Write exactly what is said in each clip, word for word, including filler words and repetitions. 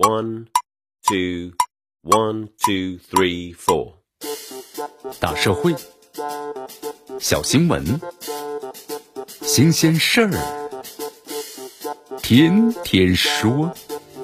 One, two, one, two, three, four。 大社会，小新闻，新鲜事儿，天天说。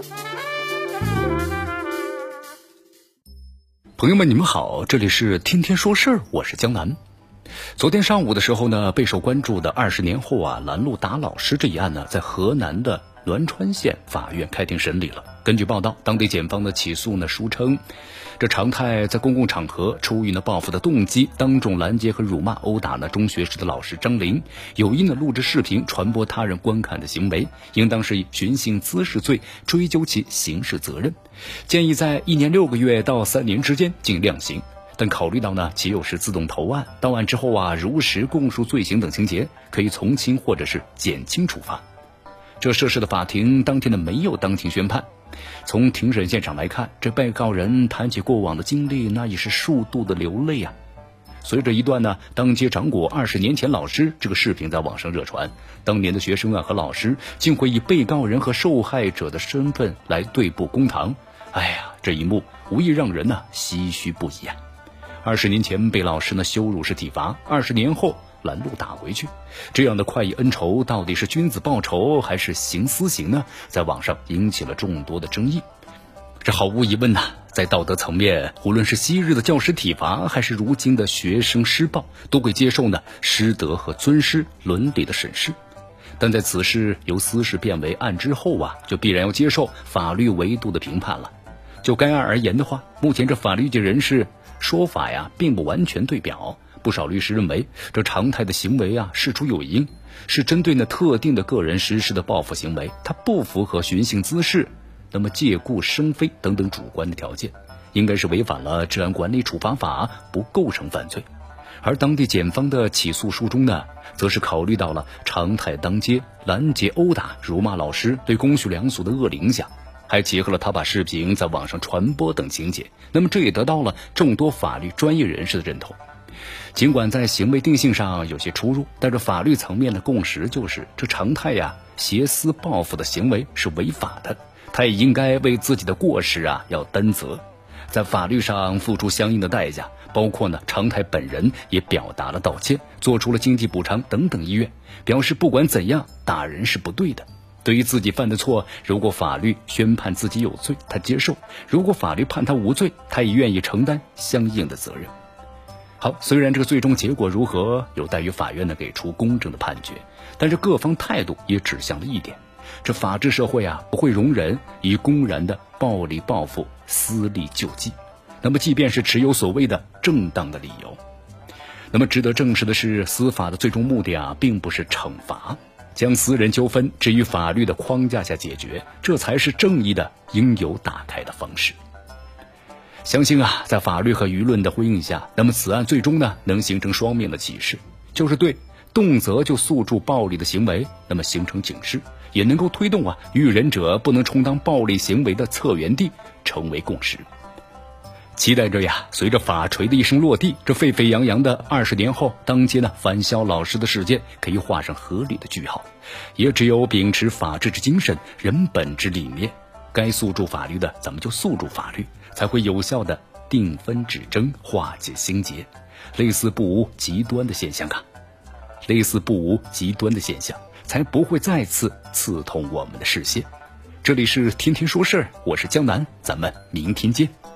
朋友们，你们好，这里是天天说事儿，我是江南。昨天上午的时候呢，备受关注的二十年后啊拦路打老师这一案呢，在河南的栾川县法院开庭审理了。根据报道，当地检方的起诉呢书称，这常态在公共场合出于呢报复的动机，当众拦截和辱骂殴打呢中学时的老师张林，有意呢录制视频传播他人观看的行为，应当是以寻衅滋事罪追究其刑事责任，建议在一年六个月到三年之间进量刑。但考虑到呢其有时自动投案，到案之后啊如实供述罪行等情节，可以从轻或者是减轻处罚。这涉事的法庭当天呢没有当庭宣判。从庭审现场来看，这被告人谈起过往的经历，那也是数度的流泪啊。随着一段呢当街掌掴二十年前老师这个视频在网上热传，当年的学生啊和老师竟会以被告人和受害者的身份来对簿公堂，哎呀，这一幕无疑让人呢唏嘘不已啊。二十年前被老师呢羞辱是体罚，二十年后拦路打回去，这样的快意恩仇到底是君子报仇还是行私刑呢？在网上引起了众多的争议。这毫无疑问呐、啊，在道德层面，无论是昔日的教师体罚，还是如今的学生施暴，都会接受呢师德和尊师伦理的审视。但在此事由私事变为案之后啊，就必然要接受法律维度的评判了。就该案而言的话，目前这法律界人士说法呀并不完全对表。不少律师认为，这常态的行为啊事出有因，是针对那特定的个人实施的报复行为，它不符合寻衅滋事，那么借故生非等等主观的条件，应该是违反了治安管理处罚法，不构成犯罪。而当地检方的起诉书中呢，则是考虑到了常态当街拦截殴打辱骂老师对公序良俗的恶劣影响，还结合了他把视频在网上传播等情节，那么这也得到了众多法律专业人士的认同。尽管在行为定性上有些出入，但是法律层面的共识就是这常态呀挟私报复的行为是违法的，他也应该为自己的过失啊要担责，在法律上付出相应的代价，包括呢常态本人也表达了道歉，做出了经济补偿等等意愿，表示不管怎样打人是不对的。对于自己犯的错，如果法律宣判自己有罪，他接受；如果法律判他无罪，他也愿意承担相应的责任。好，虽然这个最终结果如何有待于法院呢给出公正的判决，但是各方态度也指向了一点，这法治社会啊不会容忍以公然的暴力报复私利救济，那么即便是持有所谓的正当的理由。那么值得正视的是，司法的最终目的啊并不是惩罚，将私人纠纷置于法律的框架下解决，这才是正义的应有打开的方式。相信啊，在法律和舆论的呼应下，那么此案最终呢能形成双面的启示，就是对动辄就诉诸暴力的行为，那么形成警示，也能够推动啊遇人者不能充当暴力行为的策源地，成为共识。期待着呀，随着法锤的一声落地，这沸沸扬扬的二十年后当街呢反销老师的事件可以画上合理的句号。也只有秉持法治之精神，人本之理念，该诉诸法律的咱们就诉诸法律，才会有效的定分止争，化解心结，类似不无极端的现象啊，类似不无极端的现象，才不会再次刺痛我们的视线。这里是天天说事儿，我是江南，咱们明天见。